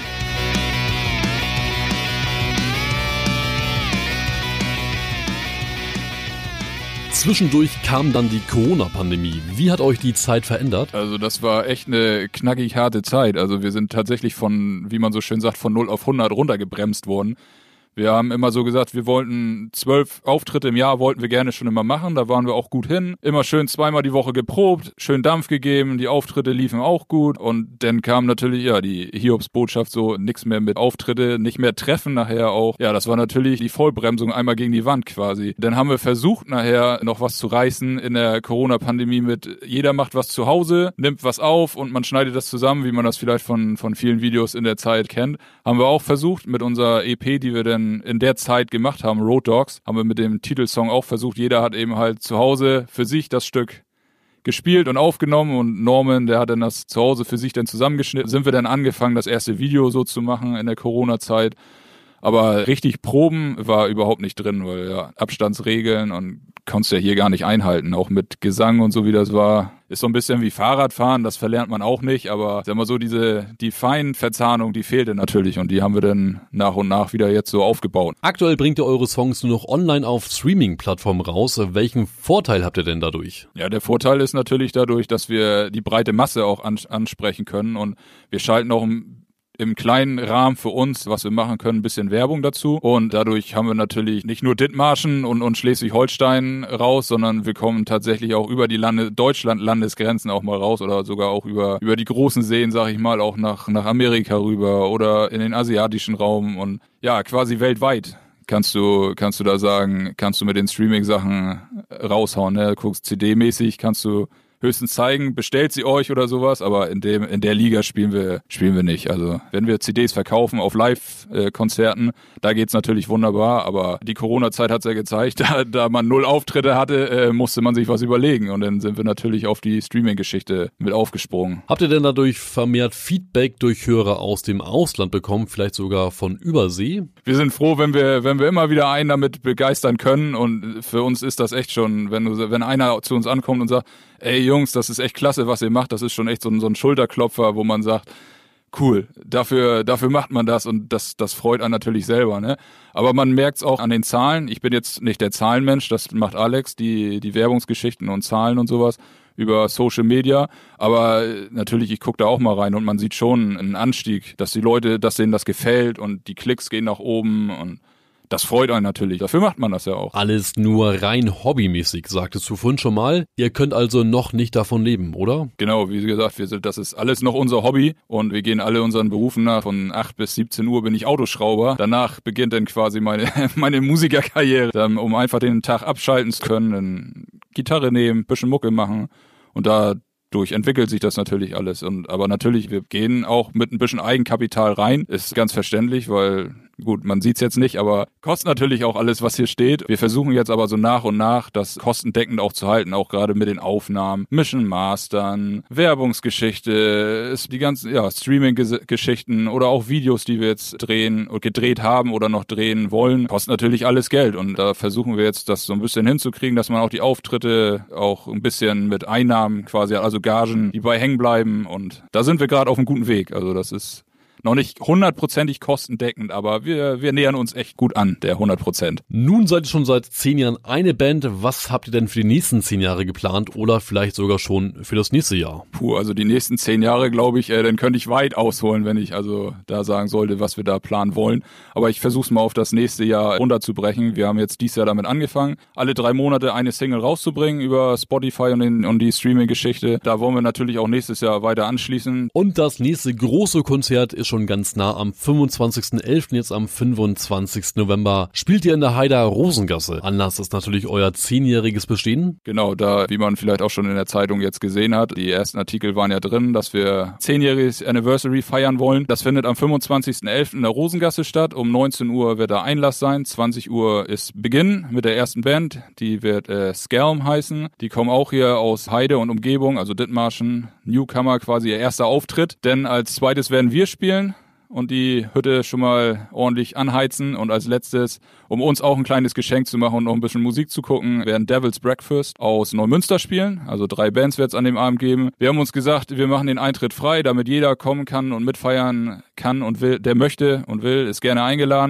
Zwischendurch kam dann die Corona-Pandemie. Wie hat euch die Zeit verändert? Also das war echt eine knackig harte Zeit. Also wir sind tatsächlich von, wie man so schön sagt, von null auf hundert runtergebremst worden. Wir haben immer so gesagt, wir wollten zwölf Auftritte im Jahr, wollten wir gerne schon immer machen. Da waren wir auch gut hin. Immer schön zweimal die Woche geprobt, schön Dampf gegeben, die Auftritte liefen auch gut. Und dann kam natürlich ja die Hiobsbotschaft, so nichts mehr mit Auftritte, nicht mehr Treffen nachher auch. Ja, das war natürlich die Vollbremsung einmal gegen die Wand quasi. Dann haben wir versucht nachher noch was zu reißen in der Corona-Pandemie mit jeder macht was zu Hause, nimmt was auf und man schneidet das zusammen, wie man das vielleicht von, von vielen Videos in der Zeit kennt. Haben wir auch versucht mit unserer E P, die wir dann in der Zeit gemacht haben, Road Dogs, haben wir mit dem Titelsong auch versucht. Jeder hat eben halt zu Hause für sich das Stück gespielt und aufgenommen und Norman, der hat dann das zu Hause für sich dann zusammengeschnitten. Sind wir dann angefangen, das erste Video so zu machen in der Corona-Zeit. Aber richtig Proben war überhaupt nicht drin, weil ja Abstandsregeln und konntest ja hier gar nicht einhalten, auch mit Gesang und so wie das war. Ist so ein bisschen wie Fahrradfahren, das verlernt man auch nicht, aber sag mal so, diese die Feinverzahnung, die fehlte natürlich und die haben wir dann nach und nach wieder jetzt so aufgebaut. Aktuell bringt ihr eure Songs nur noch online auf Streaming-Plattformen raus. Welchen Vorteil habt ihr denn dadurch? Ja, der Vorteil ist natürlich dadurch, dass wir die breite Masse auch ansprechen können und wir schalten auch im kleinen Rahmen für uns, was wir machen können, ein bisschen Werbung dazu. Und dadurch haben wir natürlich nicht nur Dithmarschen und, und Schleswig-Holstein raus, sondern wir kommen tatsächlich auch über die Lande, Deutschland-Landesgrenzen auch mal raus oder sogar auch über, über die großen Seen, sag ich mal, auch nach, nach Amerika rüber oder in den asiatischen Raum und ja, quasi weltweit. Kannst du, kannst du da sagen, kannst du mit den Streaming-Sachen raushauen, ne? Guckst C D-mäßig, kannst du höchstens zeigen, bestellt sie euch oder sowas, aber in dem in der Liga spielen wir spielen wir nicht. Also wenn wir C Ds verkaufen auf Live-Konzerten, da geht's natürlich wunderbar, aber die Corona-Zeit hat's ja gezeigt, da, da man null Auftritte hatte, äh, musste man sich was überlegen und dann sind wir natürlich auf die Streaming-Geschichte mit aufgesprungen. Habt ihr denn dadurch vermehrt Feedback durch Hörer aus dem Ausland bekommen, vielleicht sogar von Übersee? Wir sind froh, wenn wir wenn wir immer wieder einen damit begeistern können und für uns ist das echt schon, wenn du wenn einer zu uns ankommt und sagt, ey Jungs, das ist echt klasse, was ihr macht. Das ist schon echt so ein, so ein Schulterklopfer, wo man sagt, cool, dafür dafür macht man das und das das freut einen natürlich selber, ne? Aber man merkt's auch an den Zahlen. Ich bin jetzt nicht der Zahlenmensch, das macht Alex, die die Werbungsgeschichten und Zahlen und sowas über Social Media, aber natürlich, ich gucke da auch mal rein und man sieht schon einen Anstieg, dass die Leute, dass denen das gefällt und die Klicks gehen nach oben und das freut einen natürlich. Dafür macht man das ja auch. Alles nur rein hobbymäßig, sagtest du vorhin schon mal. Ihr könnt also noch nicht davon leben, oder? Genau, wie gesagt, wir sind, das ist alles noch unser Hobby und wir gehen alle unseren Berufen nach. Von acht bis siebzehn Uhr bin ich Autoschrauber. Danach beginnt dann quasi meine, meine Musikerkarriere, dann, um einfach den Tag abschalten zu können, dann Gitarre nehmen, bisschen Mucke machen und dadurch entwickelt sich das natürlich alles. Und aber natürlich, wir gehen auch mit ein bisschen Eigenkapital rein. Ist ganz verständlich, weil gut, man sieht's jetzt nicht, aber kostet natürlich auch alles, was hier steht. Wir versuchen jetzt aber so nach und nach, das kostendeckend auch zu halten, auch gerade mit den Aufnahmen, Mission Mastern, Werbungsgeschichte, ist die ganzen ja, Streaming-Geschichten oder auch Videos, die wir jetzt drehen und gedreht haben oder noch drehen wollen, kostet natürlich alles Geld. Und da versuchen wir jetzt, das so ein bisschen hinzukriegen, dass man auch die Auftritte auch ein bisschen mit Einnahmen quasi, also Gagen, die bei hängen bleiben. Und da sind wir gerade auf einem guten Weg. Also das ist noch nicht hundertprozentig kostendeckend, aber wir, wir nähern uns echt gut an, der hundert Prozent. Nun seid ihr schon seit zehn Jahren eine Band. Was habt ihr denn für die nächsten zehn Jahre geplant oder vielleicht sogar schon für das nächste Jahr? Puh, also die nächsten zehn Jahre, glaube ich, äh, dann könnte ich weit ausholen, wenn ich also da sagen sollte, was wir da planen wollen. Aber ich versuche es mal auf das nächste Jahr runterzubrechen. Wir haben jetzt dieses Jahr damit angefangen, alle drei Monate eine Single rauszubringen über Spotify und, den, und die Streaming-Geschichte. Da wollen wir natürlich auch nächstes Jahr weiter anschließen. Und das nächste große Konzert ist schon ganz nah. Am fünfundzwanzigsten elften jetzt am fünfundzwanzigsten November spielt ihr in der Heider Rosengasse. Anlass ist natürlich euer zehnjähriges Bestehen. Genau, da, wie man vielleicht auch schon in der Zeitung jetzt gesehen hat, die ersten Artikel waren ja drin, dass wir zehnjähriges Anniversary feiern wollen. Das findet am fünfundzwanzigsten elften in der Rosengasse statt. Um neunzehn Uhr wird da Einlass sein. zwanzig Uhr ist Beginn mit der ersten Band. Die wird äh, Skelm heißen. Die kommen auch hier aus Heide und Umgebung, also Dithmarschen, Newcomer, quasi ihr erster Auftritt. Denn als zweites werden wir spielen und die Hütte schon mal ordentlich anheizen. Und als letztes, um uns auch ein kleines Geschenk zu machen und noch ein bisschen Musik zu gucken, werden Devil's Breakfast aus Neumünster spielen. Also drei Bands wird es an dem Abend geben. Wir haben uns gesagt, wir machen den Eintritt frei, damit jeder kommen kann und mitfeiern kann und will, der möchte und will, ist gerne eingeladen.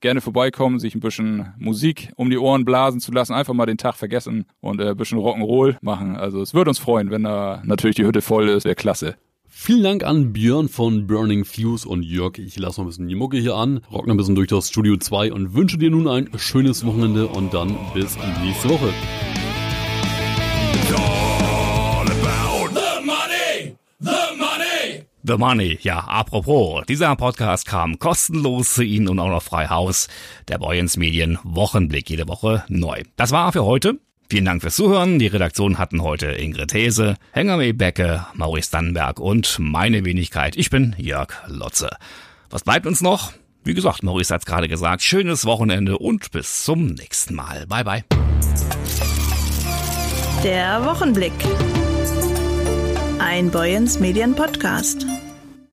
gerne vorbeikommen, sich ein bisschen Musik um die Ohren blasen zu lassen, einfach mal den Tag vergessen und äh, ein bisschen Rock'n'Roll machen. Also es würde uns freuen, wenn da natürlich die Hütte voll ist, wäre klasse. Vielen Dank an Björn von Burning Fuse und Jörg. Ich lasse noch ein bisschen die Mucke hier an, rock noch ein bisschen durch das Studio zwei und wünsche dir nun ein schönes Wochenende und dann bis nächste Woche. The Money, ja, apropos, dieser Podcast kam kostenlos zu Ihnen und auch noch frei Haus. Der Boyens Medien Wochenblick, jede Woche neu. Das war für heute. Vielen Dank fürs Zuhören. Die Redaktion hatten heute Ingrid Hese, Hengameh Becke, Maurice Dannenberg und meine Wenigkeit. Ich bin Jörg Lotze. Was bleibt uns noch? Wie gesagt, Maurice hat's gerade gesagt. Schönes Wochenende und bis zum nächsten Mal. Bye, bye. Der Wochenblick. Ein Boyens Medien Podcast.